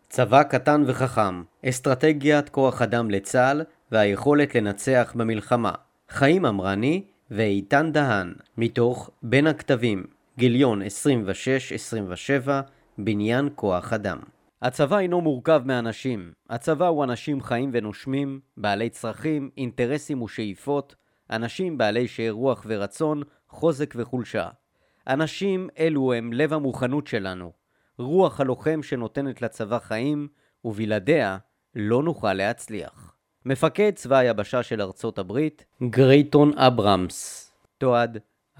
צבא קטן וחכם, אסטרטגיית כוח אדם לצה"ל והיכולת לנצח במלחמה. חיים אמרני ואיתן דהן, מתוך בין הכתבים, גיליון 26-27, בניין כוח אדם. הצבא אינו מורכב מאנשים. הצבא הוא אנשים חיים ונושמים, בעלי צרכים, אינטרסים ושאיפות, אנשים בעלי שאר רוח ורצון, חוזק וחולשה. אנשים אלו הם לב המוכנות שלנו, רוח הלוחם שנותנת לצבא חיים, ובלעדיה לא נוכל להצליח. מפקד צבא היבשה של ארצות הברית, גרייטון אברמס, תועד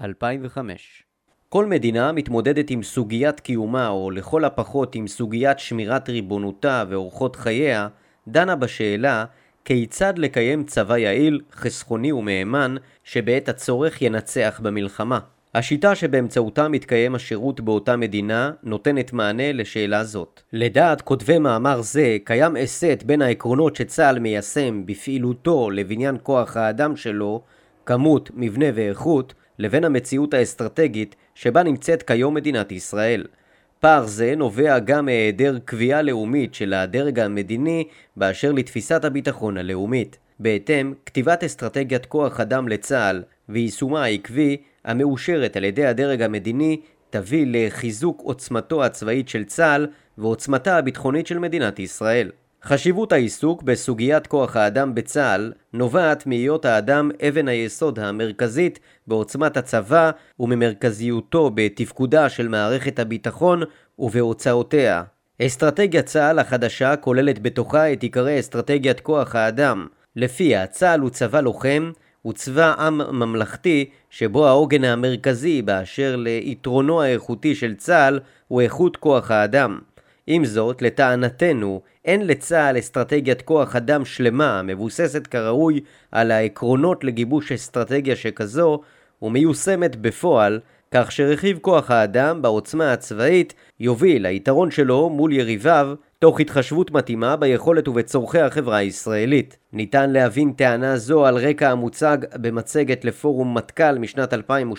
2005. כל מדינה מתמודדת עם סוגיית קיומה, או לכל הפחות עם סוגיית שמירת ריבונותה ואורחות חייה, דנה בשאלה כיצד לקיים צבא יעיל, חסכוני ומאמן, שבעת הצורך ינצח במלחמה. השיטה שבאמצעותה מתקיים השירות באותה מדינה נותנת מענה לשאלה זאת. לדעת כותבי מאמר זה, קיים הסט בין העקרונות שצה"ל מיישם בפעילותו לבניין כוח האדם שלו, כמות, מבנה ואיכות, לבין המציאות האסטרטגית שבה נמצאת כיום מדינת ישראל. פער זה נובע גם מהיעדר קביעה לאומית של הדרג המדיני באשר לתפיסת הביטחון הלאומית. בהתאם, כתיבת אסטרטגיית כוח אדם לצה"ל ויישומה העקבי המאושרת על ידי הדרג המדיני תביא לחיזוק עוצמתו הצבאית של צה"ל ועוצמתה הביטחונית של מדינת ישראל. חשיבות העיסוק בסוגיית כוח האדם בצה"ל נובעת מהיות האדם אבן היסוד המרכזית בעוצמת הצבא וממרכזיותו בתפקודה של מערכת הביטחון ובהוצאותיה. אסטרטגיית צה"ל החדשה כוללת בתוכה את עיקרי אסטרטגיית כוח האדם, לפיה צה"ל הוא צבא לוחם, הוא צבא עם ממלכתי שבו העוגן המרכזי באשר ליתרונו האיכותי של צה"ל הוא איכות כוח האדם. עם זאת, לטענתנו, אין לצה"ל אסטרטגיית כוח אדם שלמה מבוססת כראוי על העקרונות לגיבוש אסטרטגיה שכזו ומיושמת בפועל, כך שרכיב כוח האדם בעוצמה הצבאית יוביל ליתרון שלו מול יריביו תוך התחשבות מתאימה ביכולת ובצורכי החברה הישראלית. ניתן להבין טענה זו על רקע המוצג במצגת לפורום מטכ"ל משנת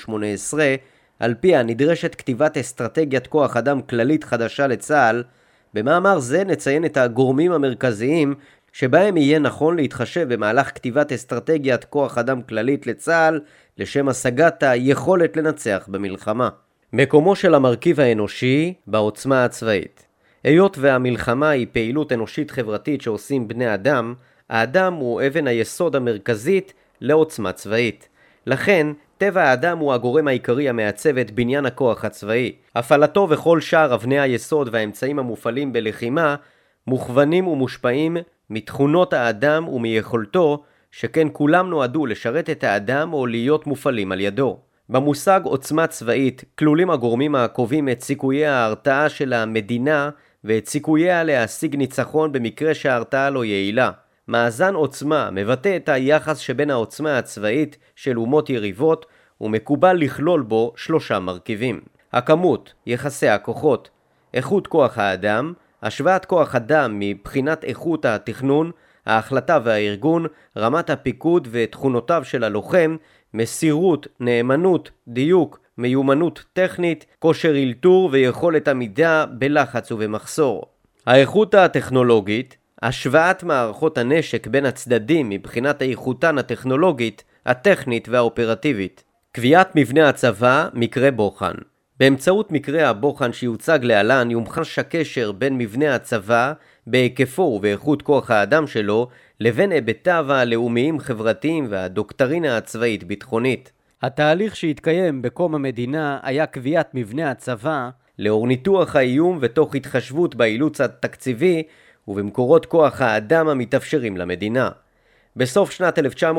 2018, על פיה נדרשת כתיבת אסטרטגיית כוח אדם כללית חדשה לצה"ל. במאמר זה נציין את הגורמים המרכזיים שבהם יהיה נכון להתחשב במהלך כתיבת אסטרטגיית כוח אדם כללית לצה"ל לשם השגת היכולת לנצח במלחמה. מקומו של המרכיב האנושי בעוצמה הצבאית. היות והמלחמה היא פעילות אנושית חברתית שעושים בני אדם, האדם הוא אבן היסוד המרכזית לעוצמה צבאית. לכן, טבע האדם הוא הגורם העיקרי המעצב את בניין הכוח הצבאי. הפעלתו וכל שאר אבני היסוד והאמצעים המופעלים בלחימה מוכוונים ומושפעים מתכונות האדם ומיכולתו, שכן כולם נועדו לשרת את האדם או להיות מופעלים על ידו. במושג עוצמה צבאית כלולים הגורמים הקובעים את סיכויי ההרתעה של המדינה ואת סיכוייה להשיג ניצחון במקרה שההרתעה לא יעילה. מאזן עוצמה מבטא את היחס שבין העוצמה הצבאית של אומות יריבות ומקובל לכלול בו שלושה מרכיבים. הכמות, יחסי הכוחות, איכות כוח האדם, השוואת כוח אדם מבחינת איכות התכנון, ההחלטה והארגון, רמת הפיקוד ותכונותיו של הלוחם, מסירות, נאמנות, דיוק, מיומנות טכנית, כושר אילתור ויכולת עמידה בלחץ ובמחסור. האיכות הטכנולוגית, השוואת מערכות הנשק בין הצדדים מבחינת איכותן הטכנולוגית, הטכנית והאופרטיבית. קביעת מבנה הצבא, מקרה בוחן. באמצעות מקרה הבוחן שיוצג להלן יומחש הקשר בין מבנה הצבא, בהיקפו ובאיכות כוח האדם שלו, לבין היבטיו הלאומיים חברתיים והדוקטרינה הצבאית ביטחונית. התהליך שהתקיים בקום המדינה היה קביעת מבנה הצבא לאור ניתוח האיום ותוך התחשבות באילוץ התקציבי ובמקורות כוח האדם המתאפשרים למדינה. בסוף שנת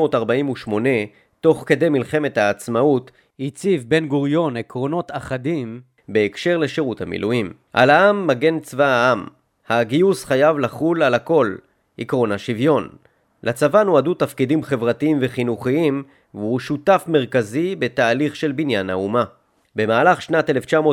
1948, תוך כדי מלחמת העצמאות, הציב בן גוריון עקרונות אחדים בהקשר לשירות המילואים. על העם מגן צבא העם. הגיוס חייב לחול על הכל. עקרון השוויון. לצבא נועדו תפקידים חברתיים וחינוכיים, והוא שותף מרכזי בתהליך של בניין האומה. במהלך שנת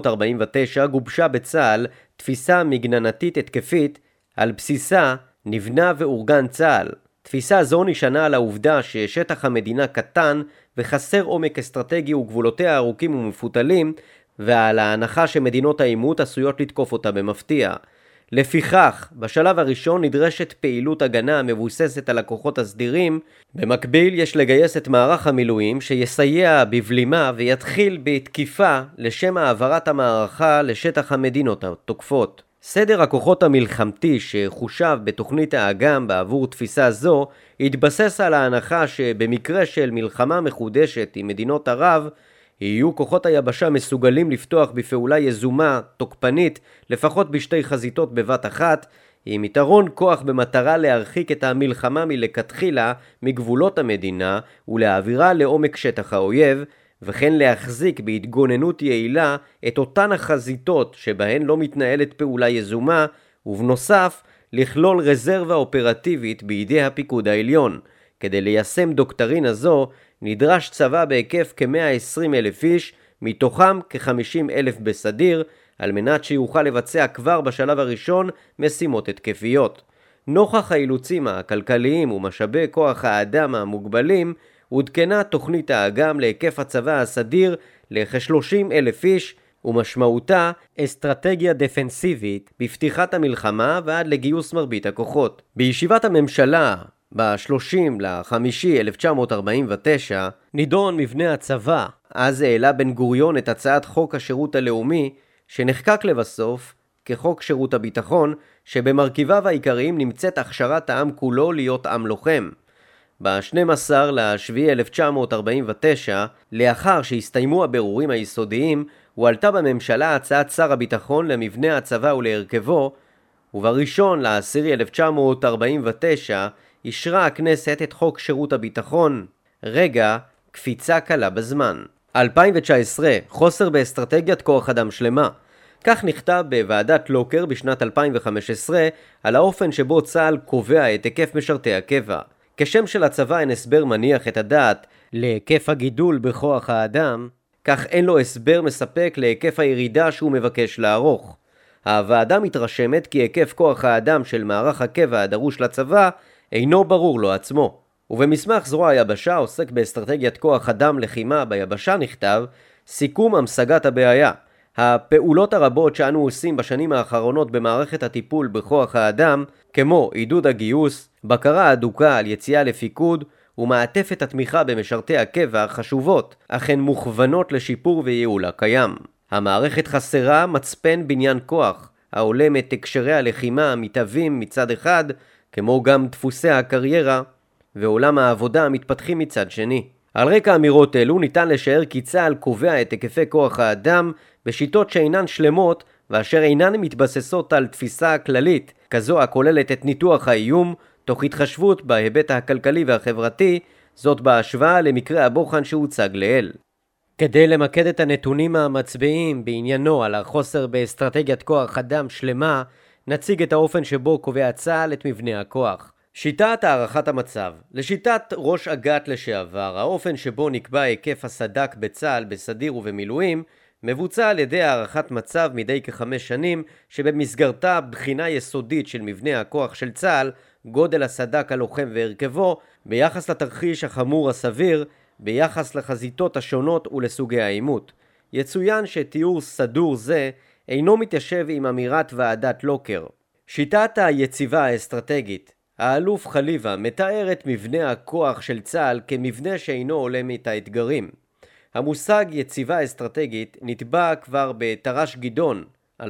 1949 גובשה בצה"ל תפיסה מגננתית התקפית, על בסיסה נבנה ואורגן צה"ל. תפיסה זו נשענה על העובדה ששטח המדינה קטן וחסר עומק אסטרטגי וגבולותיה ארוכים ומפותלים, ועל ההנחה שמדינות העימות עשויות לתקוף אותה במפתיע. לפיכך, בשלב הראשון נדרשת פעילות הגנה המבוססת על הכוחות הסדירים, במקביל יש לגייס את מערך המילואים שיסייע בבלימה ויתחיל בתקיפה לשם העברת המערכה לשטח המדינות התוקפות. סדר הכוחות המלחמתי שחושב בתוכנית האג"ם בעבור תפיסה זו התבסס על ההנחה שבמקרה של מלחמה מחודשת עם מדינות ערב, יהיו כוחות היבשה מסוגלים לפתוח בפעולה יזומה, תוקפנית, לפחות בשתי חזיתות בבת אחת, עם יתרון כוח במטרה להרחיק את המלחמה מלכתחילה מגבולות המדינה ולהעבירה לעומק שטח האויב, וכן להחזיק בהתגוננות יעילה את אותן החזיתות שבהן לא מתנהלת פעולה יזומה, ובנוסף לכלול רזרבה אופרטיבית בידי הפיקוד העליון. כדי ליישם דוקטרינה זו נדרש צבא בהיקף כ-120,000 איש, מתוכם כ-50,000 בסדיר, על מנת שיוכל לבצע כבר בשלב הראשון משימות התקפיות. נוכח האילוצים הכלכליים ומשאבי כוח האדם המוגבלים, עודכנה תוכנית האג"ם להיקף הצבא הסדיר לכ-30,000 איש, ומשמעותה אסטרטגיה דפנסיבית בפתיחת המלחמה ועד לגיוס מרבית הכוחות. בישיבת הממשלה ב-30.5.1949 נידון מבנה הצבא. אז העלה בן גוריון את הצעת חוק השירות הלאומי, שנחקק לבסוף כחוק שירות הביטחון, שבמרכיביו העיקריים נמצאת הכשרת העם כולו להיות עם לוחם. ב-12.7.1949, לאחר שהסתיימו הבירורים היסודיים, הועלתה בממשלה הצעת שר הביטחון למבנה הצבא ולהרכבו, וב-1.10.1949 אישרה הכנסת את חוק שירות הביטחון. רגע, קפיצה קלה בזמן. 2019, חוסר באסטרטגיית כוח אדם שלמה. כך נכתב בוועדת לוקר בשנת 2015 על האופן שבו צה"ל קובע את היקף משרתי הקבע. כשם של הצבא אין הסבר מניח את הדעת להיקף הגידול בכוח האדם, כך אין לו הסבר מספק להיקף הירידה שהוא מבקש לערוך. הוועדה מתרשמת כי היקף כוח האדם של מערך הקבע הדרוש לצבא אינו ברור לו עצמו. ובמסמך זרוע היבשה עוסק באסטרטגיית כוח אדם לחימה ביבשה נכתב סיכום המשגת הבעיה. הפעולות הרבות שאנו עושים בשנים האחרונות במערכת הטיפול בכוח האדם, כמו עידוד הגיוס, בקרה הדוקה על יציאה לפיקוד ומעטפת התמיכה במשרתי הקבע חשובות, אך הן מוכוונות לשיפור וייעול הקיים. המערכת חסרה מצפן בניין כוח, העולם את הקשרי הלחימה המתהווים מצד אחד, כמו גם דפוסי הקריירה ועולם העבודה המתפתחים מצד שני. על רקע אמירות אלו ניתן לשער כי צה"ל קובע את היקפי כוח האדם בשיטות שאינן שלמות ואשר אינן מתבססות על תפיסה כללית, כזו הכוללת את ניתוח האיום, תוך התחשבות בהיבט הכלכלי והחברתי, זאת בהשוואה למקרה הבוחן שהוצג לעיל. כדי למקד את הנתונים המצביעים בעניינו על החוסר באסטרטגיית כוח אדם שלמה, נציג את האופן שבו קובע צה"ל את מבנה הכוח. שיטת הערכת המצב. לשיטת ראש אג"ת לשעבר, האופן שבו נקבע היקף הסד"כ בצה"ל בסדיר ובמילואים, מבוצע על ידי הערכת מצב מדי כ5 שנים, שבמסגרתה בחינה יסודית של מבנה הכוח של צה"ל, גודל הסד"כ הלוחם והרכבו, ביחס לתרחיש החמור הסביר, ביחס לחזיתות השונות ולסוגי העימות. יצוין שתיאור סדור זה אינו מתיישב עם אמירת ועדת לוקר. שיטת היציבה האסטרטגית. האלוף חליבה מתאר את מבנה הכוח של צה"ל כמבנה שאינו הולם את האתגרים. המושג יציבה אסטרטגית נטבע כבר בתר"ש גדעון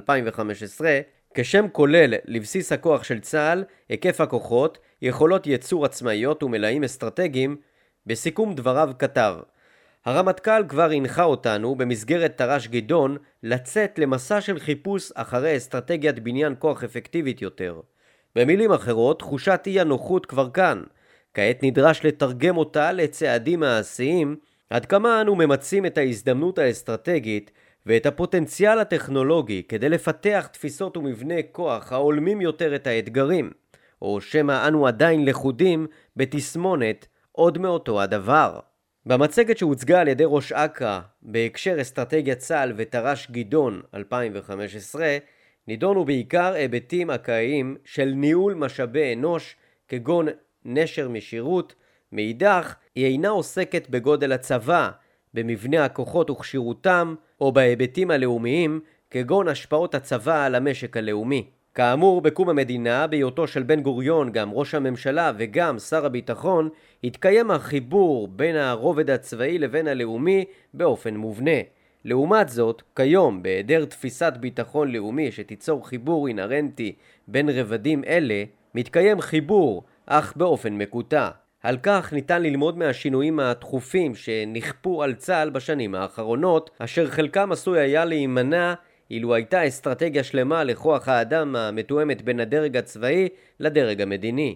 2015 כשם כולל לבסיס הכוח של צה"ל, היקף הכוחות, יכולות ייצור עצמאיות ומלאים אסטרטגיים. בסיכום דבריו כתב: הרמטכ"ל כבר הנחה אותנו במסגרת תר"ש גדעון לצאת למסע של חיפוש אחרי אסטרטגיית בניין כוח אפקטיבית יותר. במילים אחרות, תחושת אי הנוחות כבר כאן. כעת נדרש לתרגם אותה לצעדים מעשיים, עד כמה אנו ממצים את ההזדמנות האסטרטגית ואת הפוטנציאל הטכנולוגי כדי לפתח תפיסות ומבנה כוח ההולמים יותר את האתגרים, או שמא אנו עדיין לחודים בתסמונת עוד מאותו הדבר. במצגת שהוצגה על ידי ראש אכ"א בהקשר אסטרטגיית צה"ל ותר"ש גדעון 2015, נידונו בעיקר היבטים אקראיים של ניהול משאבי אנוש כגון נשר משירות. מאידך, היא אינה עוסקת בגודל הצבא, במבנה הכוחות וכשירותם, או בהיבטים הלאומיים כגון השפעות הצבא על המשק הלאומי. כאמור, בקום המדינה, בהיותו של בן גוריון גם ראש הממשלה וגם שר הביטחון, התקיים החיבור בין הרובד הצבאי לבין הלאומי באופן מובנה. לעומת זאת, כיום, בהיעדר תפיסת ביטחון לאומי שתיצור חיבור אינהרנטי בין רבדים אלה, מתקיים חיבור, אך באופן מקוטע. על כך ניתן ללמוד מהשינויים התכופים שנכפו על צה"ל בשנים האחרונות, אשר חלקם עשוי היה להימנע אילו הייתה אסטרטגיה שלמה לכוח האדם המתואמת בין הדרג הצבאי לדרג המדיני.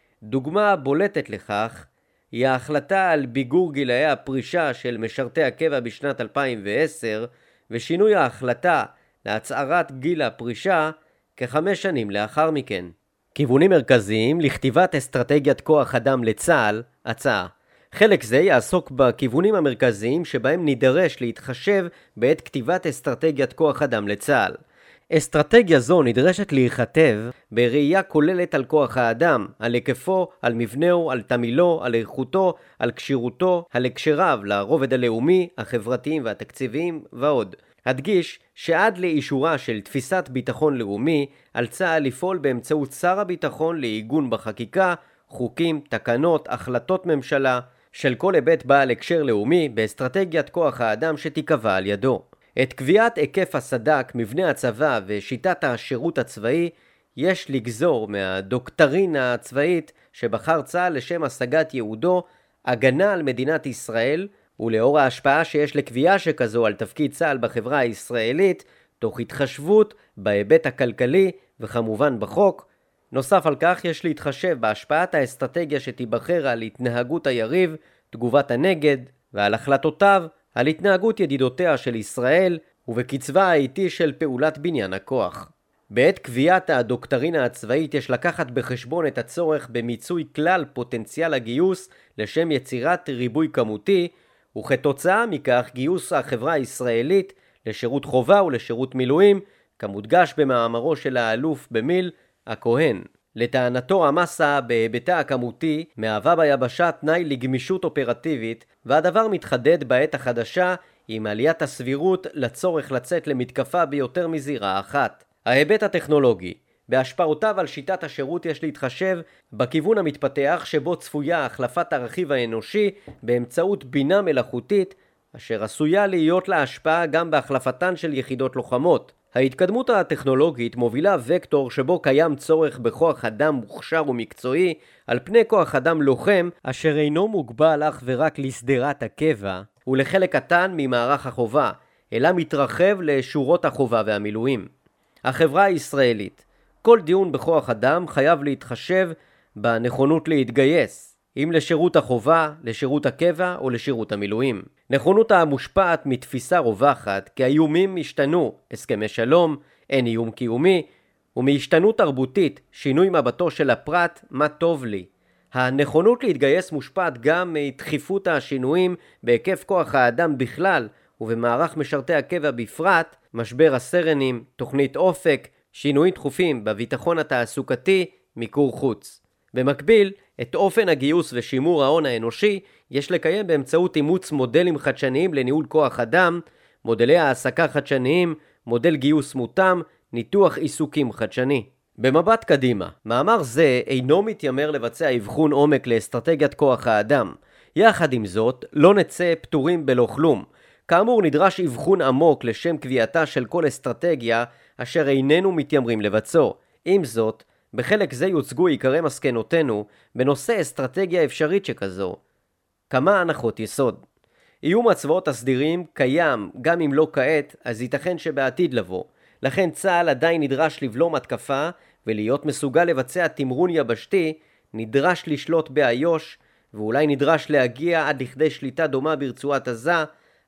דוגמה בולטת לכך היא ההחלטה על ביגור גילאי הפרישה של משרתי הקבע בשנת 2010 ושינוי ההחלטה להצערת גיל הפרישה כ5 שנים לאחר מכן. כיוונים מרכזיים לכתיבת אסטרטגיית כוח אדם לצה"ל, הצעה. חלק זה יעסוק בכיוונים המרכזיים שבהם נידרש להתחשב בעת כתיבת אסטרטגיית כוח אדם לצה"ל. אסטרטגיה זו נדרשת להיכתב בראייה כוללת על כוח האדם, על היקפו, על מבנהו, על תמהילו, על איכותו, על כשירותו, על הקשריו לרובד הלאומי, החברתיים והתקציביים ועוד. הדגיש שעד לאישורה של תפיסת ביטחון לאומי, על צה"ל לפעול באמצעות שר הביטחון לעיגון בחקיקה, חוקים, תקנות, החלטות ממשלה, של כל היבט בעל הקשר לאומי באסטרטגיית כוח האדם שתיקבע על ידו. את קביעת היקף הסד"כ, מבנה הצבא ושיטת השירות הצבאי יש לגזור מהדוקטרינה הצבאית שבחר צה"ל לשם השגת ייעודו, הגנה על מדינת ישראל, ולאור ההשפעה שיש לקביעה שכזו על תפקיד צה"ל בחברה הישראלית, תוך התחשבות בהיבט הכלכלי וכמובן בחוק. נוסף על כך יש להתחשב בהשפעת האסטרטגיה שתיבחר על התנהגות היריב, תגובת הנגד, ועל החלטותיו על התנהגות ידידותיה של ישראל ובקצבה האיטי של פעולת בניין הכוח. בעת קביעת הדוקטרינה הצבאית יש לקחת בחשבון את הצורך במיצוי כלל פוטנציאל הגיוס לשם יצירת ריבוי כמותי, וכתוצאה מכך גיוס החברה הישראלית לשירות חובה ולשירות מילואים, כמודגש במאמרו של האלוף במיל הכהן. לטענתו המסה בהיבטה הכמותי מהווה ביבשה תנאי לגמישות אופרטיבית, והדבר מתחדד בעת החדשה עם עליית הסבירות לצורך לצאת למתקפה ביותר מזירה אחת. ההיבט הטכנולוגי, בהשפעותיו על שיטת השירות יש להתחשב בכיוון המתפתח שבו צפויה החלפת הרכיב האנושי באמצעות בינה מלאכותית, אשר עשויה להיות לה השפעה גם בהחלפתן של יחידות לוחמות. ההתקדמות הטכנולוגית מובילה וקטור שבו קיים צורך בכוח אדם מוכשר ומקצועי על פני כוח אדם לוחם אשר אינו מוגבל אך ורק לסדרת הקבע ולחלק קטן ממערך החובה, אלא מתרחב לשורות החובה והמילואים. החברה הישראלית, כל דיון בכוח אדם חייב להתחשב בנכונות להתגייס, אם לשירות החובה, לשירות הקבע או לשירות המילואים. נכונות המושפעת מתפיסה רווחת כי האיומים השתנו, הסכמי שלום, אין איום קיומי, ומהשתנות תרבותית, שינוי מבטו של הפרט, מה טוב לי. הנכונות להתגייס מושפעת גם מדחיפות השינויים בהיקף כוח האדם בכלל ובמערך משרתי הקבע בפרט, משבר הסרנים, תוכנית אופק, שינויים דחופים בביטחון התעסוקתי, מיקור חוץ. במקביל, את אופן הגיוס ושימור ההון האנושי יש לקיים באמצעות אימוץ מודלים חדשניים לניהול כוח אדם, מודלי העסקה חדשניים, מודל גיוס מותאם, ניתוח עיסוקים חדשני. במבט קדימה, מאמר זה אינו מתיימר לבצע אבחון עומק לאסטרטגיית כוח האדם. יחד עם זאת, לא נצא פטורים בלא כלום. כאמור נדרש אבחון עמוק לשם קביעתה של כל אסטרטגיה אשר איננו מתיימרים לבצעו. עם זאת, בחלק זה יוצגו עיקרי מסקנותינו בנושא אסטרטגיה אפשרית שכזו. כמה הנחות יסוד. איום הצבאות הסדירים קיים גם אם לא כעת, אז ייתכן שבעתיד לבוא. לכן צה"ל עדיין נדרש לבלום התקפה ולהיות מסוגל לבצע תמרון יבשתי, נדרש לשלוט באיו"ש ואולי נדרש להגיע עד לכדי שליטה דומה ברצועת עזה.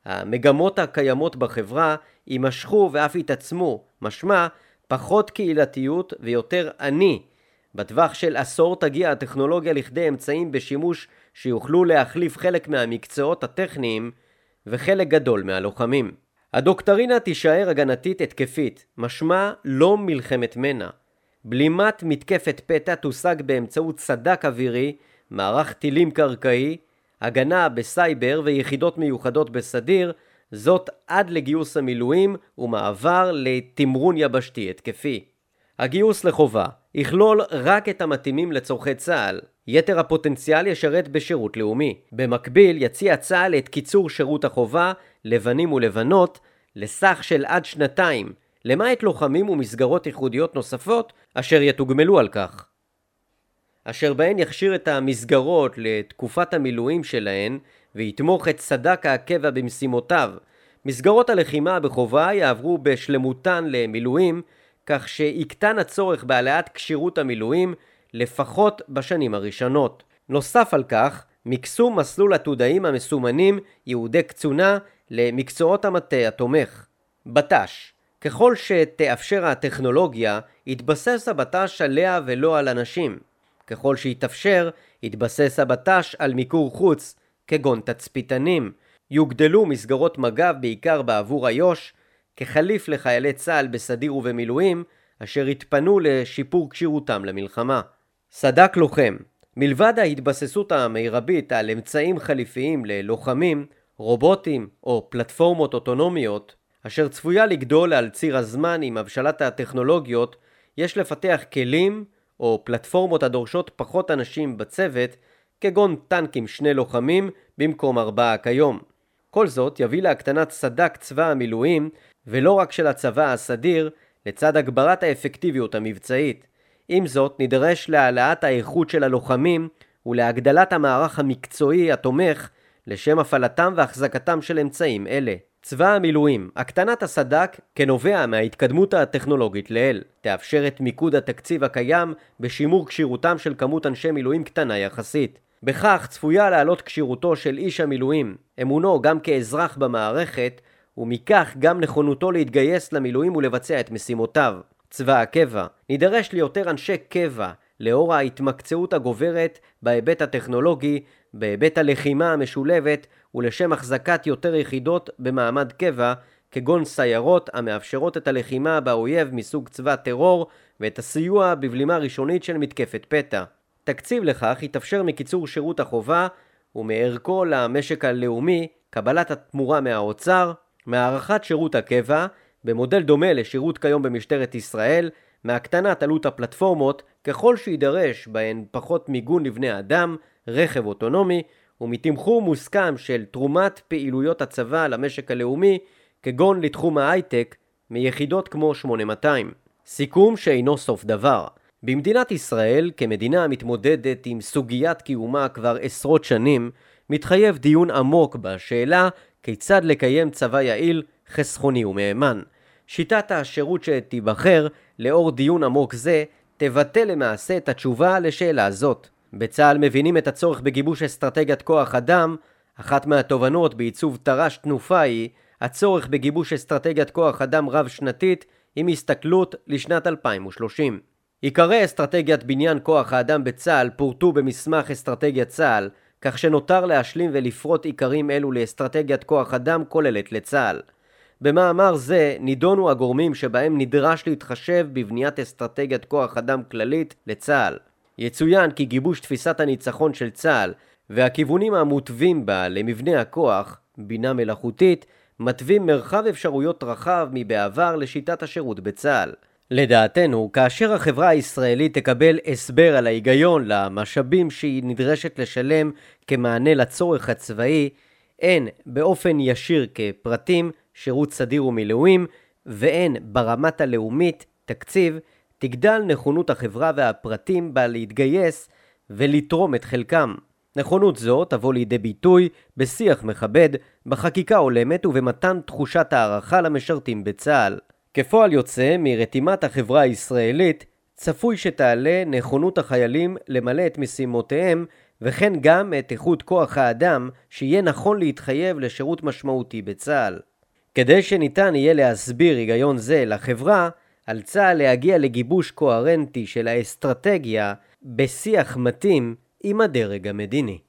המגמות הקיימות בחברה יימשכו ואף יתעצמו, משמע פחות קהילתיות ויותר אני. בטווח של עשור תגיע הטכנולוגיה לכדי אמצעים בשימוש שיוכלו להחליף חלק מהמקצועות הטכניים וחלק גדול מהלוחמים. הדוקטרינה תישאר הגנתית התקפית, משמע לא מלחמת מנע. בלימת מתקפת פתע תושג באמצעות סד"כ אווירי, מערך טילים קרקעי, הגנה בסייבר ויחידות מיוחדות בסדיר, זאת עד לגיוס המילואים ומעבר לתמרון יבשתי התקפי. הגיוס לחובה יכלול רק את המתאימים לצורכי צה"ל. יתר הפוטנציאל ישרת בשירות לאומי. במקביל יציע צה"ל את קיצור שירות החובה לבנים ולבנות לסך של עד 2 למעט לוחמים ומסגרות ייחודיות נוספות אשר יתוגמלו על כך. אשר בהן יכשיר את המסגרות לתקופת המילואים שלהן ויתמוך את סד"כ הקבע במשימותיו. מסגרות הלחימה בחובה יעברו בשלמותן למילואים, כך שיקטן הצורך בהעלאת כשירות המילואים לפחות בשנים הראשונות. נוסף על כך, מקסום מסלול עתודאים המסומנים ייעודי קצונה למקצועות המטה התומך. בט"ש, ככל שתאפשר הטכנולוגיה, יתבסס הבט"ש עליה ולא על אנשים. ככל שיתאפשר, יתבסס הבט"ש על מיקור חוץ, כגון תצפיתנים. יוגדלו מסגרות מג"ב בעיקר בעבור איו"ש, כחליף לחיילי צה"ל בסדיר ובמילואים, אשר יתפנו לשיפור כשירותם למלחמה. סד"כ לוחם, מלבד ההתבססות המרבית על אמצעים חליפיים ללוחמים, רובוטים או פלטפורמות אוטונומיות, אשר צפויה לגדול על ציר הזמן עם הבשלת הטכנולוגיות, יש לפתח כלים או פלטפורמות הדורשות פחות אנשים בצוות, כגון טנקים 2 לוחמים במקום 4 כיום. כל זאת יביא להקטנת סד"כ צבא המילואים, ולא רק של הצבא הסדיר, לצד הגברת האפקטיביות המבצעית. עם זאת, נדרש להעלאת האיכות של הלוחמים ולהגדלת המערך המקצועי התומך לשם הפעלתם והחזקתם של אמצעים אלה. צבא המילואים, הקטנת הסד"כ כנובע מההתקדמות הטכנולוגית לעיל, תאפשר את מיקוד התקציב הקיים בשימור כשירותם של כמות אנשי מילואים קטנה יחסית. בכך צפויה לעלות כשירותו של איש המילואים, אמונו גם כאזרח במערכת, ומכך גם נכונותו להתגייס למילואים ולבצע את משימותיו. צבא הקבע, נידרש ליותר אנשי קבע, לאור ההתמקצעות הגוברת בהיבט הטכנולוגי, בהיבט הלחימה המשולבת, ולשם החזקת יותר יחידות במעמד קבע, כגון סיירות המאפשרות את הלחימה באויב מסוג צבא טרור, ואת הסיוע בבלימה ראשונית של מתקפת פתע. תקציב לכך יתאפשר מקיצור שירות החובה, ומערכו למשק הלאומי, קבלת התמורה מהאוצר, מהערכת שירות הקבע, במודל דומה לשירות כיום במשטרת ישראל, מהקטנת עלות הפלטפורמות ככל שידרש בהן פחות מיגון לבני אדם, רכב אוטונומי, ומתמחור מוסכם של תרומת פעילויות הצבא למשק הלאומי, כגון לתחום ההייטק, מיחידות כמו 8200. סיכום שאינו סוף דבר. במדינת ישראל, כמדינה המתמודדת עם סוגיית קיומה כבר עשרות שנים, מתחייב דיון עמוק בשאלה כיצד לקיים צבא יעיל, חסכוני ומאמן. שיטת השירות שתיבחר לאור דיון עמוק זה תבטא למעשה את התשובה לשאלה זאת. בצה"ל מבינים את הצורך בגיבוש אסטרטגיית כוח אדם. אחת מהתובנות בעיצוב תר"ש תנופה היא הצורך בגיבוש אסטרטגיית כוח אדם רב שנתית עם הסתכלות לשנת 2030. עיקרי אסטרטגיית בניין כוח האדם בצה"ל פורטו במסמך אסטרטגיית צה"ל, כך שנותר להשלים ולפרוט עיקרים אלו לאסטרטגיית כוח אדם כוללת לצה"ל. במאמר זה נידונו הגורמים שבהם נדרש להתחשב בבניית אסטרטגיית כוח אדם כללית לצה"ל. יצוין כי גיבוש תפיסת הניצחון של צה"ל והכיוונים המוטבים בה למבנה הכוח, בינה מלאכותית, מתווים מרחב אפשרויות רחב מבעבר לשיטת השירות בצה"ל. לדעתנו, כאשר החברה הישראלית תקבל הסבר על ההיגיון למשאבים שהיא נדרשת לשלם כמענה לצורך הצבאי, הן באופן ישיר כפרטים, שירות סדיר ומילואים, והן ברמת הלאומית, תקציב, תגדל נכונות החברה והפרטים בה להתגייס ולתרום את חלקם. נכונות זו תבוא לידי ביטוי בשיח מכבד, בחקיקה הולמת ובמתן תחושת הערכה למשרתים בצה"ל. כפועל יוצא מרתימת החברה הישראלית, צפוי שתעלה נכונות החיילים למלא את משימותיהם, וכן גם את איכות כוח האדם שיהיה נכון להתחייב לשירות משמעותי בצה"ל. כדי שניתן יהיה להסביר היגיון זה לחברה, על צה"ל להגיע לגיבוש קוהרנטי של האסטרטגיה בשיח מתאים עם הדרג המדיני.